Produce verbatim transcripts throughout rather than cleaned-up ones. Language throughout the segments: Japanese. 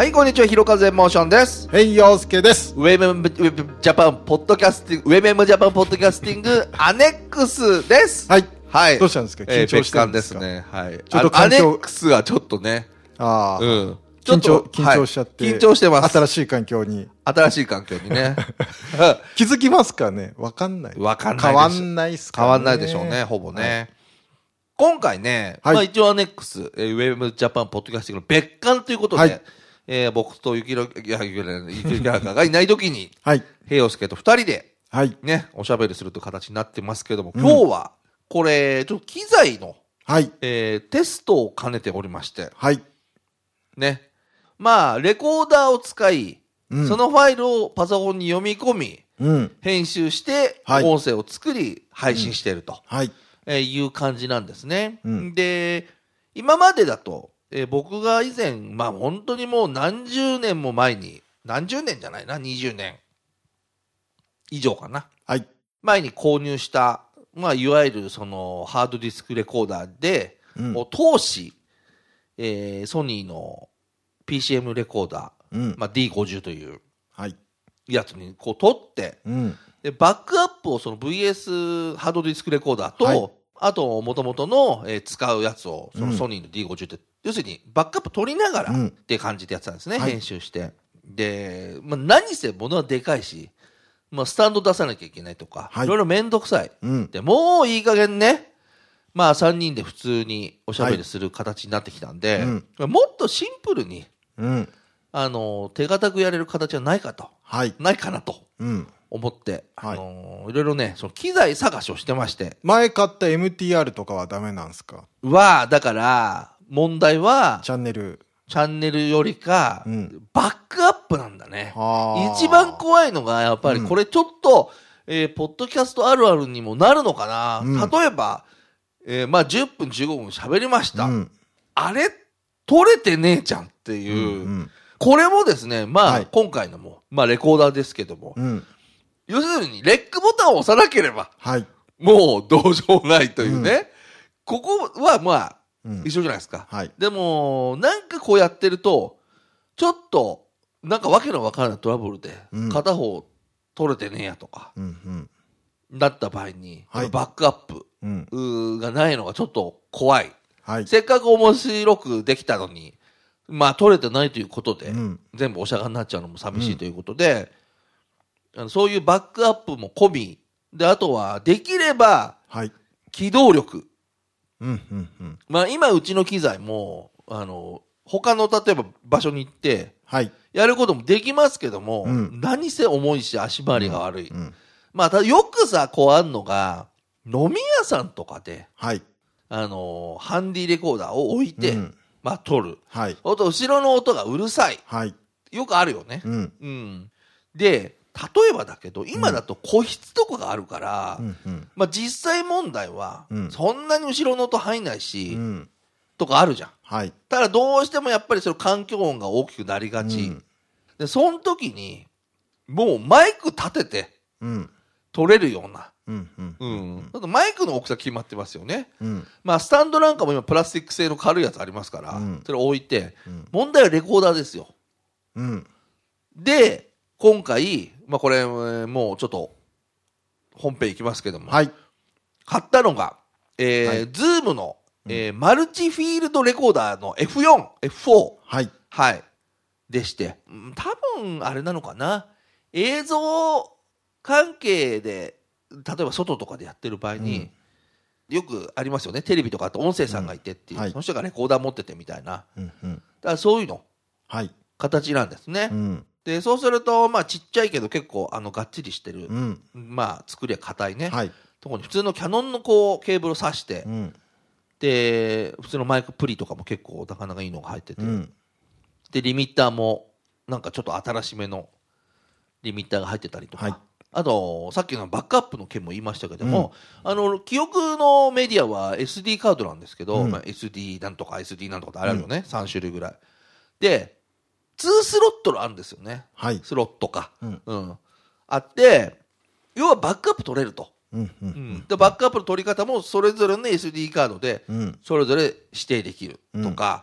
はい、こんにちは。ひろかぜモーションです。 へい、ようすけです。 ウェブウェブジャパンポッドキャスティング、ウェブエムジャパンポッドキャスティングアネックスです。 はい。 はい。 どうしたんですか？緊張してるんですか？ えー、別館ですね。はい。 ちょっとアネックスはちょっとね。 ああ。 うん。 緊張、緊張しちゃって、 はい。緊張してます。 新しい環境に。 新しい環境にね。 気づきますかね？わかんない。 わかんない。 変わんないっすかね。 変わんないでしょうね、ほぼね。はい、今回ね、はい、まあ一応アネックス、えー、ウェブジャパンポッドキャスティングの別館ということで、はい、えー、僕とゆきろ、いや、ゆきろ、ゆきろがいないときに、はい。へいようすけと二人で、はい。ね、おしゃべりするという形になってますけども、うん、今日は、これ、ちょっと機材の、はい。えー、テストを兼ねておりまして、はい。ね。まあ、レコーダーを使い、うん、そのファイルをパソコンに読み込み、うん、編集して、はい、音声を作り、配信していると、うん、はい。えー、いう感じなんですね。うん、で、今までだと、えー、僕が以前、まあ本当にもう何十年も前に、何十年じゃないな、にじゅうねん以上かな。はい。前に購入した、まあいわゆるそのハードディスクレコーダーで、うん、当時、えー、ソニーの ピーシーエム レコーダー、うん、まあ ディーごじゅう というやつにこう取って、うん、でバックアップをその ブイエス ハードディスクレコーダーと、はい、あと元々の、えー、使うやつをそのソニーの ディーごじゅう って、要するにバックアップ取りながらって感じでやってたんですね、うん、編集して、はい、で、まあ、何せ物はでかいし、まあ、スタンド出さなきゃいけないとか、はい、いろいろめんどくさい、うん、でもういい加減ね、まあさんにんで普通におしゃべりする形になってきたんで、はい、うん、もっとシンプルに、うん、あの手堅くやれる形はないかと、はい、ないかなと、うん、思って、あのー、いろいろね、その機材探しをしてまして。 前買った エムティーアール とかはダメなんですか？ は、だから、問題は、 チャンネル。 チャンネルよりか、うん、バックアップなんだね。一番怖いのが、やっぱりこれちょっと、うん、えー、ポッドキャストあるあるにもなるのかな。うん、例えば、えー、まあじゅっぷんじゅうごふん喋りました。うん、あれ撮れてねえじゃんっていう。うんうん、これもですね、まあ、はい、今回のも、まあレコーダーですけども、うん、要するにレックボタンを押さなければ、はい、もうどうしようもないというね。うん、ここはまあ、うん、一緒じゃないですか。はい、でも、なんかこうやってると、ちょっと、なんかわけのわからないトラブルで、片方取れてねえやとか、うんうん、だった場合に、はい、バックアップ、うん、がないのがちょっと怖い。はい、せっかく面白くできたのに、まあ取れてないということで、うん、全部おしゃがになっちゃうのも寂しいということで、うん、あのそういうバックアップも込み、で、あとは、できれば、はい、機動力。うんうんうん、まあ今うちの機材も、あの、他の例えば場所に行って、はい、やることもできますけども、うん、何せ重いし足回りが悪い。うんうん、まあただよくさ、こうあんのが、飲み屋さんとかで、はい、あの、ハンディレコーダーを置いて、うん、まあ撮る。はい。あと後ろの音がうるさい。はい。よくあるよね。うん。うん。で、例えばだけど、今だと個室とかがあるから、うんうん、まあ実際問題は、そんなに後ろの音入んないし、うん、とかあるじゃん。はい。ただどうしてもやっぱりその環境音が大きくなりがち。うん、で、その時に、もうマイク立てて、うん、撮れるような。うんうんうん。うん、マイクの大きさ決まってますよね。うん、まあスタンドなんかも今プラスチック製の軽いやつありますから、うん、それ置いて、うん、問題はレコーダーですよ。うん、で、今回、まあこれ、もうちょっと、本編いきますけども、はい、買ったのが、えーはい、ズームの、えー、マルチフィールドレコーダーの エフよん、エフフォー、はい、はい、でして、多分あれなのかな、映像関係で、例えば外とかでやってる場合に、うん、よくありますよね、テレビとかあと音声さんがいてっていう、うんはい、その人がレコーダー持っててみたいな、うんうん、だからそういうの、はい、形なんですね。うんで、そうすると、まあ、ちっちゃいけど結構、あの、がっちりしてる。うん、まあ、作りは硬いね。はい。ところに、普通のキャノンのこう、ケーブルを挿して、うん、で、普通のマイクプリとかも結構、なかなかいいのが入ってて、うん、で、リミッターも、なんかちょっと新しめのリミッターが入ってたりとか、はい、あと、さっきのバックアップの件も言いましたけども、うん、あの、記憶のメディアは エスディー カードなんですけど、うんまあ、エスディー なんとか エスディー なんとかってあるよね、うん、さん種類ぐらい。で、ツースロットルあるんですよね。はい。スロットか。うん。うん、あって、要はバックアップ取れると。うんうんうん、でバックアップの取り方もそれぞれの エスディー カードで、それぞれ指定できるとか、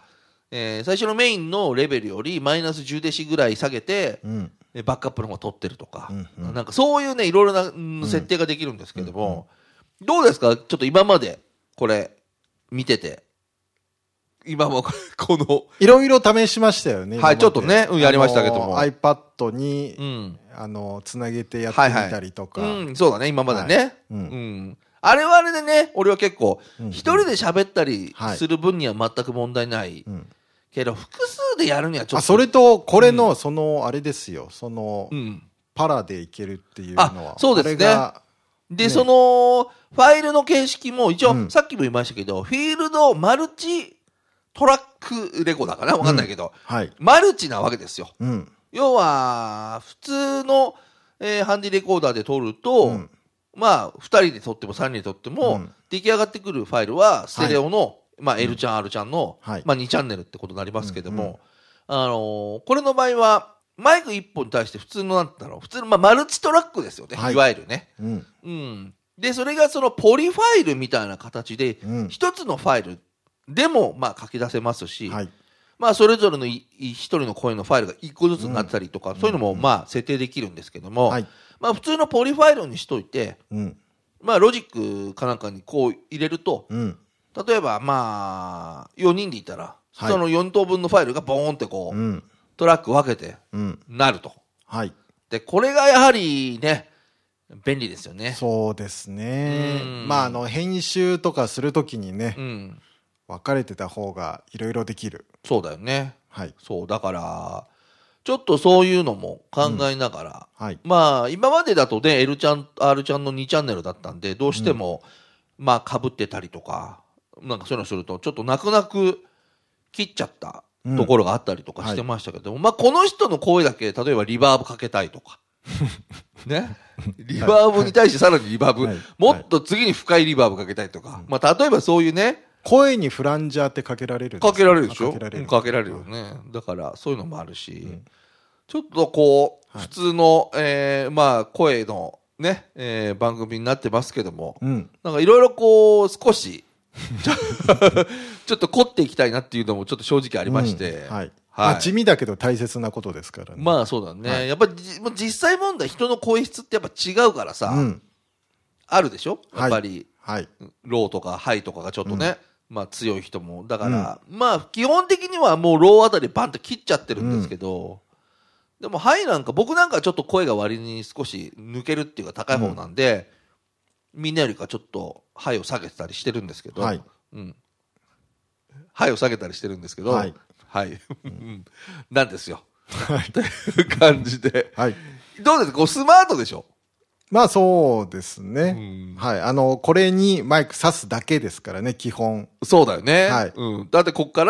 えー、最初のメインのレベルよりマイナスじゅうデシぐらい下げて、 うん、 バックアップの方が取ってるとか、 うんうん、 なんかそういうね、いろいろな、うん、設定ができるんですけども、うん、どうですかちょっと今までこれ見てて。今もこの。 いろいろ試しましたよね。 はい、ちょっとね、うん、やりましたけども。 iPad に、うん、あの、つなげてやってみたりとか。 はいはい、うん、そうだね、今までね。はい、うん、うんあれはあれでね、俺は結構、一人で喋ったりする分には全く問題ない。うん、けど、複数でやるにはちょっと。あ、 それと、これの、その、あれですよ。その、うん、パラでいけるっていうのは。 あ、そうですね。で、ね、その、ファイルの形式も、一応、うん、さっきも言いましたけど、フィールドマルチトラックレコだかなわかんないけど、うんはい、マルチなわけですよ。うん、要は、普通の、えー、ハンディレコーダーで撮ると、うんまあ、ふたりで撮ってもさんにんで撮っても、うん、出来上がってくるファイルは、ステレオの、はい、まあ、L ちゃん、R ちゃんの、はい、まあ、にチャンネルってことになりますけども、うんうん、あのー、これの場合は、マイクいっぽんに対して普通の、なんだろう、普通の、まあ、マルチトラックですよね。はい、いわゆるね、うん。うん。で、それがその、ポリファイルみたいな形で、一、うん、つのファイルでも、まあ、書き出せますし、はい、まあ、それぞれの一人の声のファイルが一個ずつになったりとか、うん、そういうのも、まあ、設定できるんですけども、はいまあ普通のポリファイルにしといて、うん、まあロジックかなんかにこう入れると、うん、例えばまあよにんでいたら、はい、そのよん等分のファイルがボーンってこう、うん、トラック分けてなると、うんはい。で、これがやはりね、便利ですよね。 そうですね。まああの編集とかするときにね、うん、分かれてた方がいろいろできる。 そうだよね。はい。そう、だから、ちょっとそういうのも考えながら、うんはい、まあ今までだとね L ちゃん R ちゃんのにチャンネルだったんでどうしても、うん、まあ被ってたりとかなんかそういうのするとちょっと泣く泣く切っちゃったところがあったりとかしてましたけども、うんはい、まあこの人の声だけ例えばリバーブかけたいとかねリバーブに対してさらにリバーブ、はい、もっと次に深いリバーブかけたいとか、はい、まあ例えばそういうね声にフランジャーってかけられるんですか？ かけられるでしょ？かけられる。かけられるよね。だからそういうのもあるし、うん、ちょっとこう、はい、普通の、えー、まあ声のね、えー、番組になってますけども、うん、なんかいろいろこう少しちょっと凝っていきたいなっていうのもちょっと正直ありまして、 うん、はい。はいまあ、地味だけど大切なことですからね。 まあそうだね。はい、やっぱり実際問題人の声質ってやっぱ違うからさ、うん、あるでしょ？やっぱり、はいはい、ローとかハイとかがちょっとね。うんまあ強い人も。だから、うん、まあ基本的にはもうローあたりバンと切っちゃってるんですけど、うん、でもハイなんか僕なんかちょっと声が割に少し抜けるっていうか高い方なんで、うん、みんなよりかちょっとハイを下げてたりしてるんですけど、はい。うん。ハイを下げたりしてるんですけど、はい。はい。なんですよ。はい。という感じで。はい。どうですかこうスマートでしょまあそうですね。うん、はい。あの、これにマイク挿すだけですからね、基本。 そうだよね。はい。うん。だってこっから、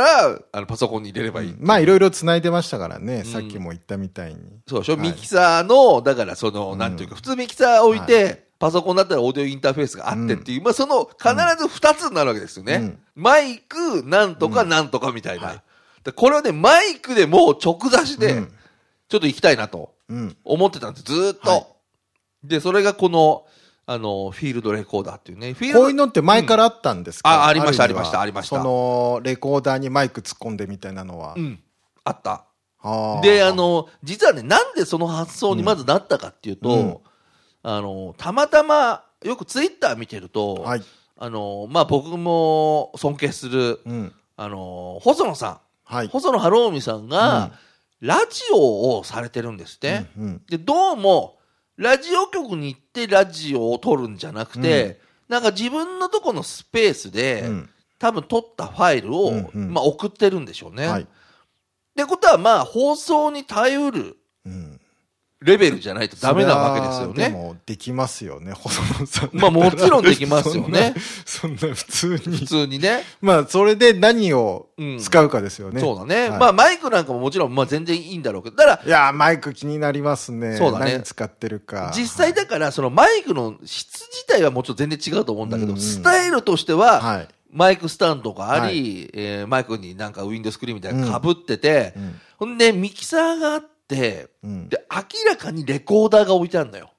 あの、パソコンに入れればいい。うん、 まあいろいろ繋いでましたからね、うん、さっきも言ったみたいに。 そうでしょ、はい、ミキサーの、だからその、うん、なんていうか、普通ミキサー置いて、はい、パソコンだったらオーディオインターフェースがあってっていう、うん、まあその、必ず二つになるわけですよね。うん、マイク、なんとかなんとかみたいな。うんはい、これはね、マイクでも直差しで、ちょっと行きたいなと、思ってたんです、ずーっと。はいで、それがこの、あの、フィールドレコーダーっていうね。フィールドこういうのって前からあったんですか？ うん、あ、ありました、ありました、ありました。 その、レコーダーにマイク突っ込んでみたいなのは。 うん。あった。で、あの、実はね、なんでその発想にまずなったかっていうと、うん、あの、たまたま、よくツイッター見てると、はい、あの、まあ、僕も尊敬する、うん、あの、細野さん。はい、細野晴臣さんが、うん、ラジオをされてるんですね。うんうん、で、どうも、ラジオ局に行ってラジオを撮るんじゃなくて、うん、なんか自分のとこのスペースで、うん、多分撮ったファイルを、うんうん、まあ送ってるんでしょうね。はい、ってことはまあ放送に耐えうるレベルじゃないとダメなわけですよね。 でもできますよね、細野さん。 まあもちろんできますよね。 そんな、そんな普通に。 普通にね。 まあそれで何を使うかですよね。 うん、そうだね、はい。まあマイクなんかももちろんまあ全然いいんだろうけど。だから。 いや、マイク気になりますね。そうだね。何使ってるか。 実際だからそのマイクの質自体はもちろん全然違うと思うんだけど、うんうん、スタイルとしては、はい、マイクスタンドがあり、はいえー、マイクになんかウィンドスクリーンみたいなの被ってて、うんうん、ほんでミキサーがあって、うん、で、明らかにレコーダーが置いてあるんだよ。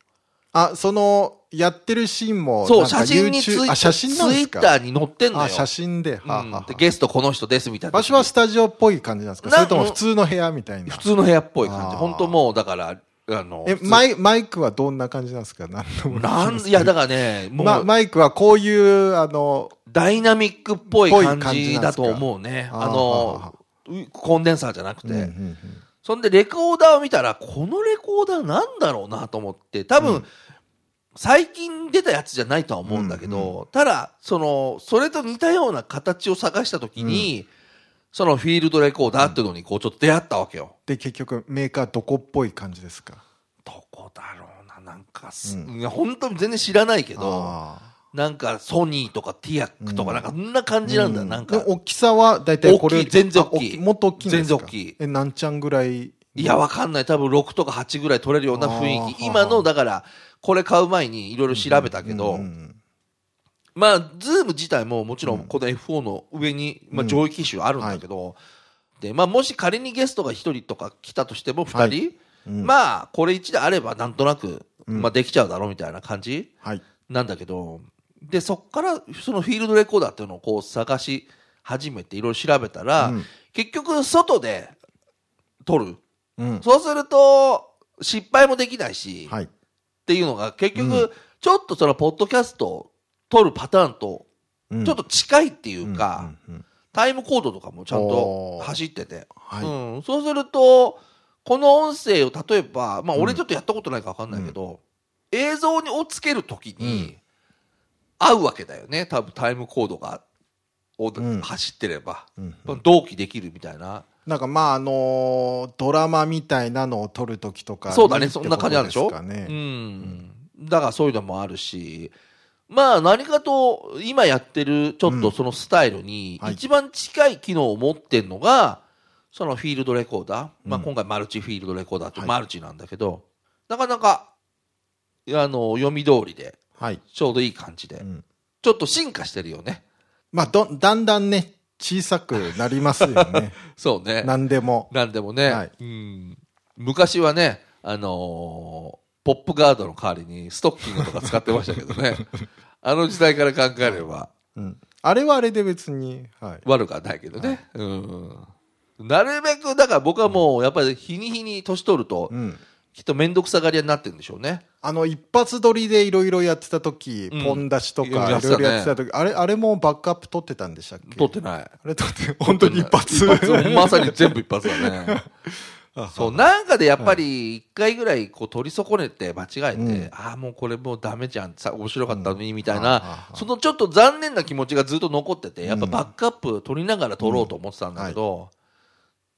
あ、その、やってるシーンも、 そう、写真にツイあ、写真なんですか？ ツイッターに載ってんのよ。 あ、写真で。はあはあうん、でゲストこの人ですみたいな。 場所はスタジオっぽい感じなんですか？それとも普通の部屋みたいな。 普通の部屋っぽい感じ。本当もう、だから、あの、 え、マイ、マイクはどんな感じなんですか？なんともなん、いや、だからね、もう、 ま、マイクはこういう、あの、 ダイナミックっぽい感じだと思うね。あの、コンデンサーじゃなくて。うんうんうん、そんで、レコーダーを見たら、このレコーダーなんだろうなと思って、多分、うん、最近出たやつじゃないとは思うんだけど、うんうん、ただ、その、それと似たような形を探したときに、うん、そのフィールドレコーダーっていうのにこうちょっと出会ったわけよ。 で、結局メーカーどこっぽい感じですか？ どこだろうな、なんかす、うん、いや本当に全然知らないけど、なんかソニーとかティアックとかなんかそんな感じなんだ、うん、なんか。 大きさは大体これ。 大きい、全然大きい。 もっと大きいんですか？ 全然大きい。 え、何ちゃんぐらい？ いや、わかんない。多分ろくとかはちぐらい取れるような雰囲気。今の、だから、これ買う前にいろいろ調べたけど、うんうんうん、まあ、ズーム自体ももちろんこの エフフォー の上に、まあ、上位機種あるんだけど、うんはい、で、まあ、もし仮にゲストがひとりとか来たとしてもふたり、はいうん、まあ、これいちであればなんとなく、まあ、できちゃうだろうみたいな感じ、はい、なんだけど、で、そっから、そのフィールドレコーダーっていうのをこう探し始めていろいろ調べたら、うん、結局外で撮る。うん、そうすると、失敗もできないし、はい、っていうのが結局、うん、ちょっとそのポッドキャストを撮るパターンと、ちょっと近いっていうか、うんうんうん、タイムコードとかもちゃんと走ってて、はいうん、そうすると、この音声を例えば、まあ俺ちょっとやったことないか分かんないけど、うん、映像をつけるときに、合うわけだよね。多分タイムコードが、走ってれば、うんうん、同期できるみたいな。 なんかまああのー、ドラマみたいなのを撮るときとか、 そうだね、そんな感じなんでしょ？うん。だからそういうのもあるし、まあ何かと今やってるちょっとそのスタイルに一番近い機能を持ってんのが、そのフィールドレコーダー。まあ今回マルチフィールドレコーダーってマルチなんだけど、なかなか、あの、読み通りで、ちょうどいい感じで、ちょっと進化してるよね。 まあど、だんだんね、小さくなりますよね。 そうね。 何でも。 何でもね。はい、うん。昔はね、あのー、ポップガードの代わりにストッキングとか使ってましたけどね。あの時代から考えれば。 うん。あれはあれで別に、はい、 悪くはないけどね。はい、うん。なるべく、だから僕はもう、やっぱり日に日に年取ると、うん、きっとめんどくさがり屋になってるんでしょうね。 あの、一発撮りでいろいろやってた時、うん、ポン出しとか、いろいろやってた時、あれ、あれもバックアップ撮ってたんでしたっけ？ 撮ってない。 あれ撮って、本当に一発。 一発まさに全部一発だね。そう、なんかでやっぱり一回ぐらいこう取り損ねて間違えて、うん、ああ、もうこれもうダメじゃん、さ、面白かったのに、みたいな、うん、そのちょっと残念な気持ちがずっと残ってて、やっぱバックアップ取りながら撮ろうと思ってたんだけど、うんはい、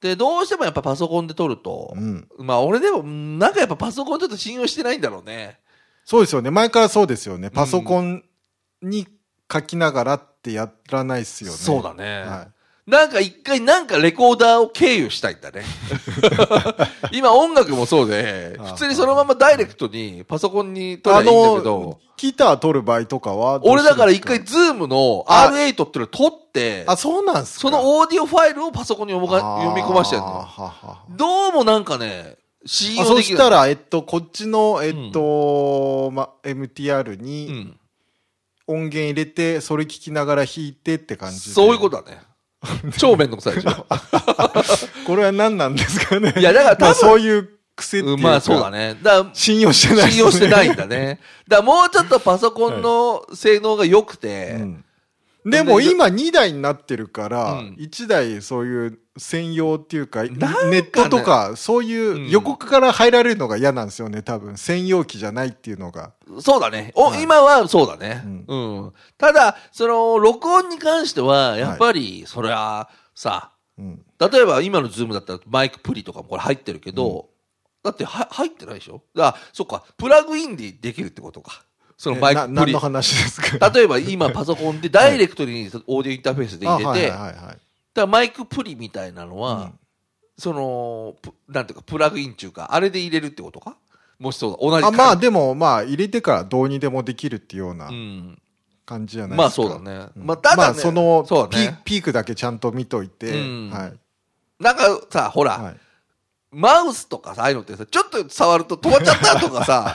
で、どうしてもやっぱパソコンで撮ると、うん、まあ俺でも、なんかやっぱパソコンちょっと信用してないんだろうね。 そうですよね。前からそうですよね。パソコンに書きながらってやらないっすよね。 そうだね。はい、なんか一回なんかレコーダーを経由したいんだね。今音楽もそうで、普通にそのままダイレクトにパソコンに撮ればいいんだけど。 ギター撮る場合とかは俺だから一回ズームの アールエイト っていうのを撮って、 あ、そうなんすか？ そのオーディオファイルをパソコンに読み込ましてんの。どうもなんかね、信用できない。 そしたら、えっと、こっちの、えっと、うん、ま、エムティーアール に音源入れて、それ聞きながら弾いてって感じで。 そういうことだね。超めんどくさいでしょ。 これは何なんですかね。 いや、だから多分、 そういう癖っていうか。 まあそうだね。だ信用してない、 ね。信用してないんだね。だからもうちょっとパソコンの性能が良くて、はいうんでも今にだいになってるから、いちだいそういう専用っていうか、ネットとか、そういう予告から入られるのが嫌なんですよね、多分。専用機じゃないっていうのが。 そうだね。お、今はそうだね。うん。ただ、その、録音に関しては、やっぱり、それは、さ、例えば今のズームだったらマイクプリとかもこれ入ってるけど、だっては入ってないでしょ？あ、そっか、プラグインでできるってことか。そのマイクプリ。 何の話ですか？ 例えば今パソコンでダイレクトにオーディオインターフェースで入れて、だからマイクプリみたいなのは、うん、その、なんていうか、プラグインっていうか、あれで入れるってことか？もしそうだ、同じ。 あ、まあでも、まあ入れてからどうにでもできるっていうような感じじゃないですか。 うん、まあそうだね。 うん、 まあただね、まあそのそう、ね、ピ, ピークだけちゃんと見といて、うん、はい。 なんかさ、ほら、はい、マウスとかさ、ああいうのってさ、ちょっと触ると止まっちゃったとかさ、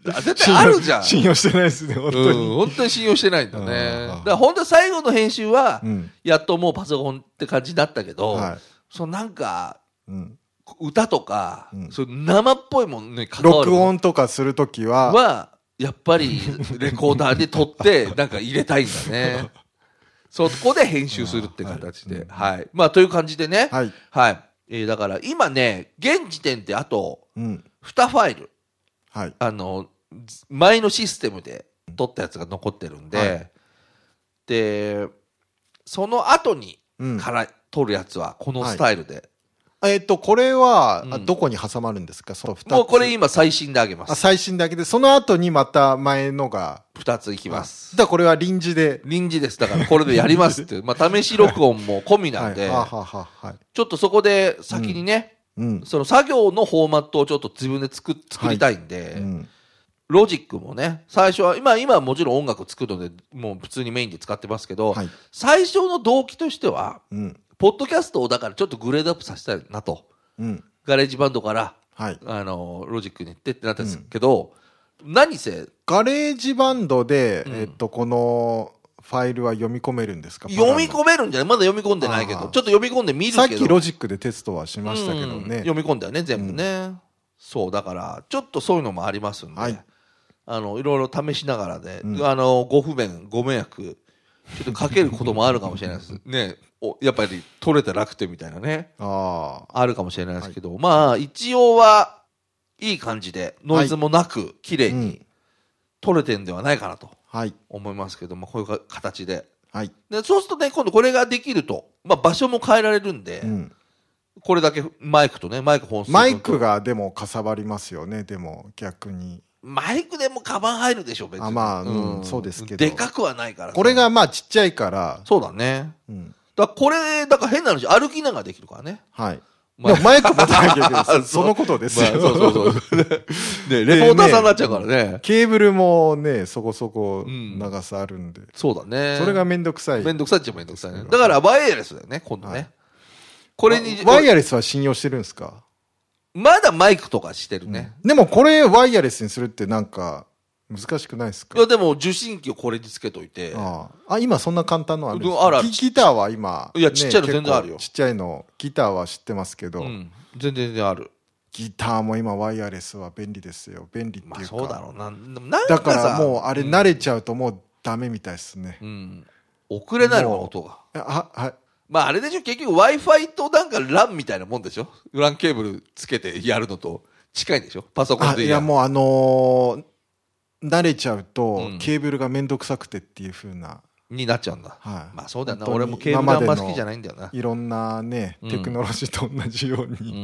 絶対あるじゃん。 信用してないですね、本当に。 うん、本当に信用してないんだね。だから本当に最後の編集は、うん、やっともうパソコンって感じだったけど、はい、そのなんか、うん、歌とか、うん、そういう生っぽいもんね、関わる。 録音とかするときは、 は、やっぱりレコーダーで撮って、なんか入れたいんだね。そこで編集するって形で。はい、はい。まあ、という感じでね。はい。はい。えー、だから今ね、現時点であと、うん、にファイル。はい。あの、前のシステムで撮ったやつが残ってるんで、はい、で、その後にから撮るやつはこのスタイルで。 はい、えっと、これは、うん、どこに挟まるんですか、そのふたつ。 もうこれ今最新であげます。 あ、最新であげて、その後にまた前のが。 ふたついきます。 だからこれは臨時で。 臨時です。だからこれでやりますって。まあ、試し録音も込みなんで、ちょっとそこで先にね、うん、その作業のフォーマットをちょっと自分で作作りたいんで、はい、うん、ロジックもね、最初は、今、今はもちろん音楽作るので、もう普通にメインで使ってますけど、はい、最初の動機としては、うん、ポッドキャストをだからちょっとグレードアップさせたいなと。うん、ガレージバンドから、はい、あの、ロジックに行ってってなったんですけど、うん、何せ。 ガレージバンドで、うん、えっと、この、ファイルは読み込めるんですか？ 読み込めるんじゃない？まだ読み込んでないけど、ちょっと読み込んでみるけど。 さっきロジックでテストはしましたけどね。うん、 読み込んだよね、全部ね。うん、そう、だから、ちょっとそういうのもありますんで、はい、あの、いろいろ試しながらで、うん、あの、ご不便、ご迷惑、ちょっとかけることもあるかもしれないです。ね。おやっぱり取れた楽天みたいなね。ああ。あるかもしれないですけど、はい、まあ、一応は、いい感じで、ノイズもなく、綺麗に取れてんではないかなと。はい。思いますけども、こういう形で。はい。で、そうするとね、今度これができると、まあ場所も変えられるんで、うん、これだけマイクとね、マイク本数。 マイクがでもかさばりますよね、でも逆に。 マイクでもカバン入るでしょ、別に。 あ、まあ、うん、うん、そうですけど。 でかくはないから。 これがまあちっちゃいから。 そうだね。うん。だからこれ、だから変な話、歩きながらできるからね。 はい。でもマイク持たなきゃいけないです。そのことですよ。まあ、そうそうそう。 ね、レポーターさんになっちゃうからね。 ケーブルもね、そこそこ長さあるんで。うん、 そうだね。 それがめんどくさい。 めんどくさいっちゃめんどくさいね。だからワイヤレスだよね、今度ね。はい、 これに。ワイヤレスは信用してるんですか？ まだマイクとかしてるね。 うん、でもこれワイヤレスにするってなんか、難しくないですか？ いやでも受信機をこれにつけといて。 ああ、今そんな簡単のあるんですか？あるある。ギターは今、 いやちっちゃいの全然あるよ。 ちっちゃいのギターは知ってますけど、うん、 全然全然ある。 ギターも今ワイヤレスは便利ですよ。便利っていうか。まあそうだろうな。 なんだからもうあれ慣れちゃうともうダメみたいですね。うん。 遅れないの音が。 あ、はい。まああれでしょ、結局 Wi-Fi となんか ラン みたいなもんでしょ。ラン ケーブルつけてやるのと近いんでしょ。パソコンでやる。 いやもうあのー慣れちゃうと、うん、ケーブルがめんどくさくてっていう風な。 になっちゃうんだ。はい。まあそうだよな。俺もケーブルあんま好きじゃないんだよな。 いろんなね、テクノロジーと同じように。うん。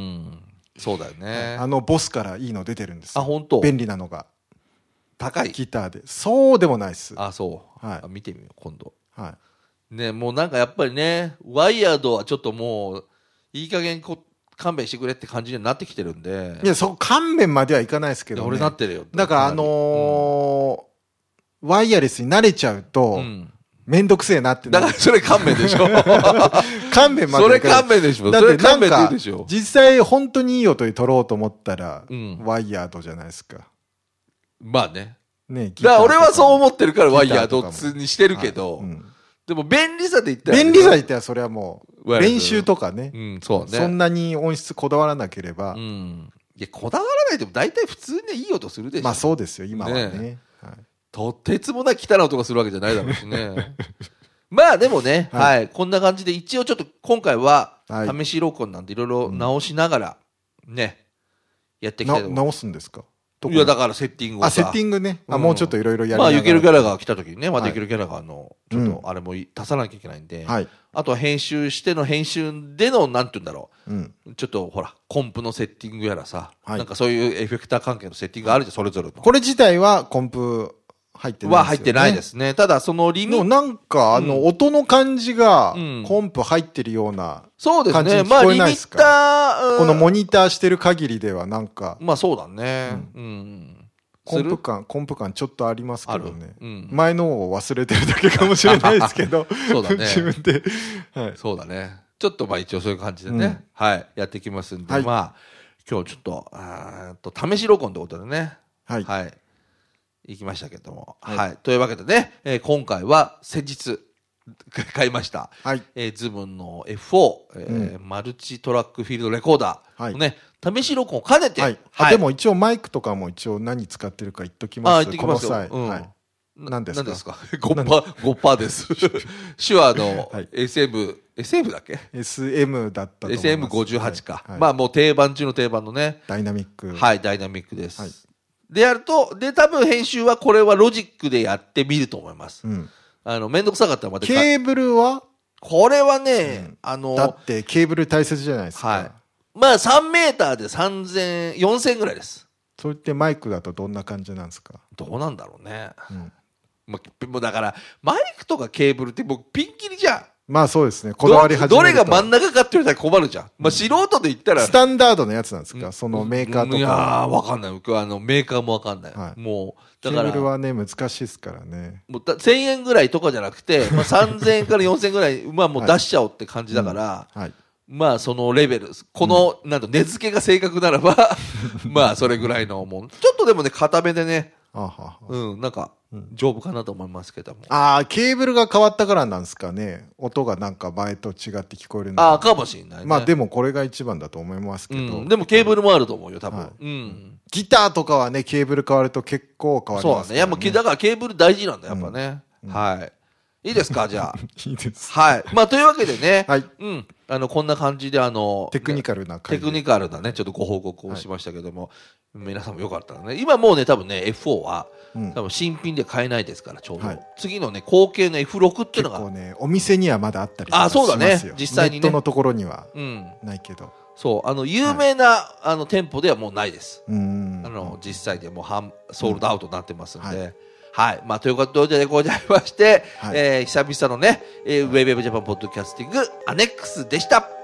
そうだよね。 あのボスからいいの出てるんですよ。 あ、本当。 便利なのが。 高い。 ギターで。そうでもないです。 あ、そう。はい。見てみよう、今度。はい。ね、もうなんかやっぱりね、ワイヤードはちょっともう、いい加減こ勘弁してくれって感じになってきてるんで。 いや、そ、勘弁まではいかないですけどね。 俺なってるよ。 だからあのー、うん、ワイヤレスに慣れちゃうと、うん、めんどくせえなってなる。だからそれ勘弁でしょ。 勘弁まで。 それ勘弁でしょ。 だってなんか、実際本当にいい音に取ろうと思ったら、うん、ワイヤードじゃないですか。 まあね。 ね、 だから俺はそう思ってるからワイヤードにしてるけど、はい、うん、でも便利さで言ったら、 便利さで言ったらそれはもう、練習とかね、 うん、そうね。 そんなに音質こだわらなければ。うん。いや、こだわらないでも大体普通にいい音するでしょ。 まあそうですよ、今はね。ね、 はい、とてつもない汚い音がするわけじゃないだろうしね。まあでもね、はい、はい。こんな感じで一応ちょっと今回は、試し録音なんでいろいろ直しながら、ね、やっていきたいと思います。 直すんですか？ いや、だからセッティングをさ。 あ、セッティングね。あ、もうちょっといろいろやる。 まあ、ユケルギャラガー来た時にね、まあ、ユケルギャラガーの、ちょっとあれも足さなきゃいけないんで、はい。あとは編集しての編集での、なんて言うんだろう。うん。ちょっとほら、コンプのセッティングやらさ、はい。なんかそういうエフェクター関係のセッティングがあるじゃん、それぞれの。 これ自体はコンプ入ってないですよね。は入ってないですね。ただ、そのリミット。でもなんか、あの、音の感じが、コンプ入ってるような、 そうですね。まあ、リミッター、このモニターしてる限りではなんか。 まあ、そうだね。うん。 コンプ感、コンプ感ちょっとありますけどね。うん、前のを忘れてるだけかもしれないですけど。 そうだね。 自分で、 はい。そうだね。ちょっとまあ一応そういう感じでね、うん、はい、やっていきますんで、はい、まあ、今日ちょっと、あーと、試し録音ってことでね。はい。はい。 行きましたけども。 はい。 はい。というわけでね、えー今回は先日、買いました。 はい。 えーズームの エフフォー、えーマルチトラックフィールドレコーダーのね、試し録音を兼ねて、 はい。あ、でも一応マイクとかも一応何使ってるか言っときます。 あ、言ってきますよ。 この際。 うんはい。何ですか？ 何ですか ?ごパーセント、ごパーセント です。手話のはいエスエム、エスエム だっけエスエム だったと思います。 エスエムごじゅうはち か。 はいまあもう定番中の定番のね。 ダイナミック。 はい、ダイナミックです。 はい、 でやると、で、多分編集はこれはロジックでやってみると思います。 うん、 あの、めんどくさかったらまた。 ケーブルはこれはね、うん、あの、 だってケーブル大切じゃないですか。 はい。まあさんメーターでさんぜん、よんせんぐらいです。 それってマイクだとどんな感じなんですか？ どうなんだろうね。うん、 まあ、もうだから、マイクとかケーブルってもうピンキリじゃん。 まあそうですね。こだわり始めるとど, どれが真ん中かって言われたら困るじゃん。まあ素人で言ったら。 スタンダードのやつなんですか、うん、そのメーカーとか。いやー、わかんない。僕はあの、メーカーもわかんない。はい、もう、 だから。ケーブルはね、難しいですからね。 もうせんえんぐらいとかじゃなくて、まあさんぜんえんからよんせんえんぐらい、まあもう出しちゃおうって感じだから、はいうんはい、まあそのレベル、この、うん、なんと値付けが正確ならば、まあそれぐらいのもん。ちょっとでもね、固めでね、あははうん、なんか、丈夫かなと思いますけども。 ああ、ケーブルが変わったからなんですかね。音がなんか前と違って聞こえるの。 ああ、かもしれないね。 まあでもこれが一番だと思いますけど。 うん、でもケーブルもあると思うよ、多分。はい、うん。 ギターとかはね、ケーブル変わると結構変わりますからね。 そうだね。いやもう、だからケーブル大事なんだ、やっぱね。うん、はい。いいですか、じゃあ。 いいです。 はい。まあというわけでね。 はい。 うん。あの、こんな感じで、あの、 テクニカルなテクニカルなね、ちょっとご報告をしましたけども、はい、皆さんもよかったらね。今もうね、多分ね、エフフォー は、うん、多分新品で買えないですから、ちょうど。はい、次のね、後継の エフシックス っていうのが。 結構ね、お店にはまだあったりとかしますよ。あ、そうだね。 実際にね。 ネットのところにはないけど。うん、 そう、あの、有名な、はい、あの、店舗ではもうないです。うん。あの、実際でもう半、ソールドアウトになってますんで。うんはいはい。まあ、ということでございまして、はい、えー、久々のね、えー、ウェブジャパンポッドキャスティングアネックスでした。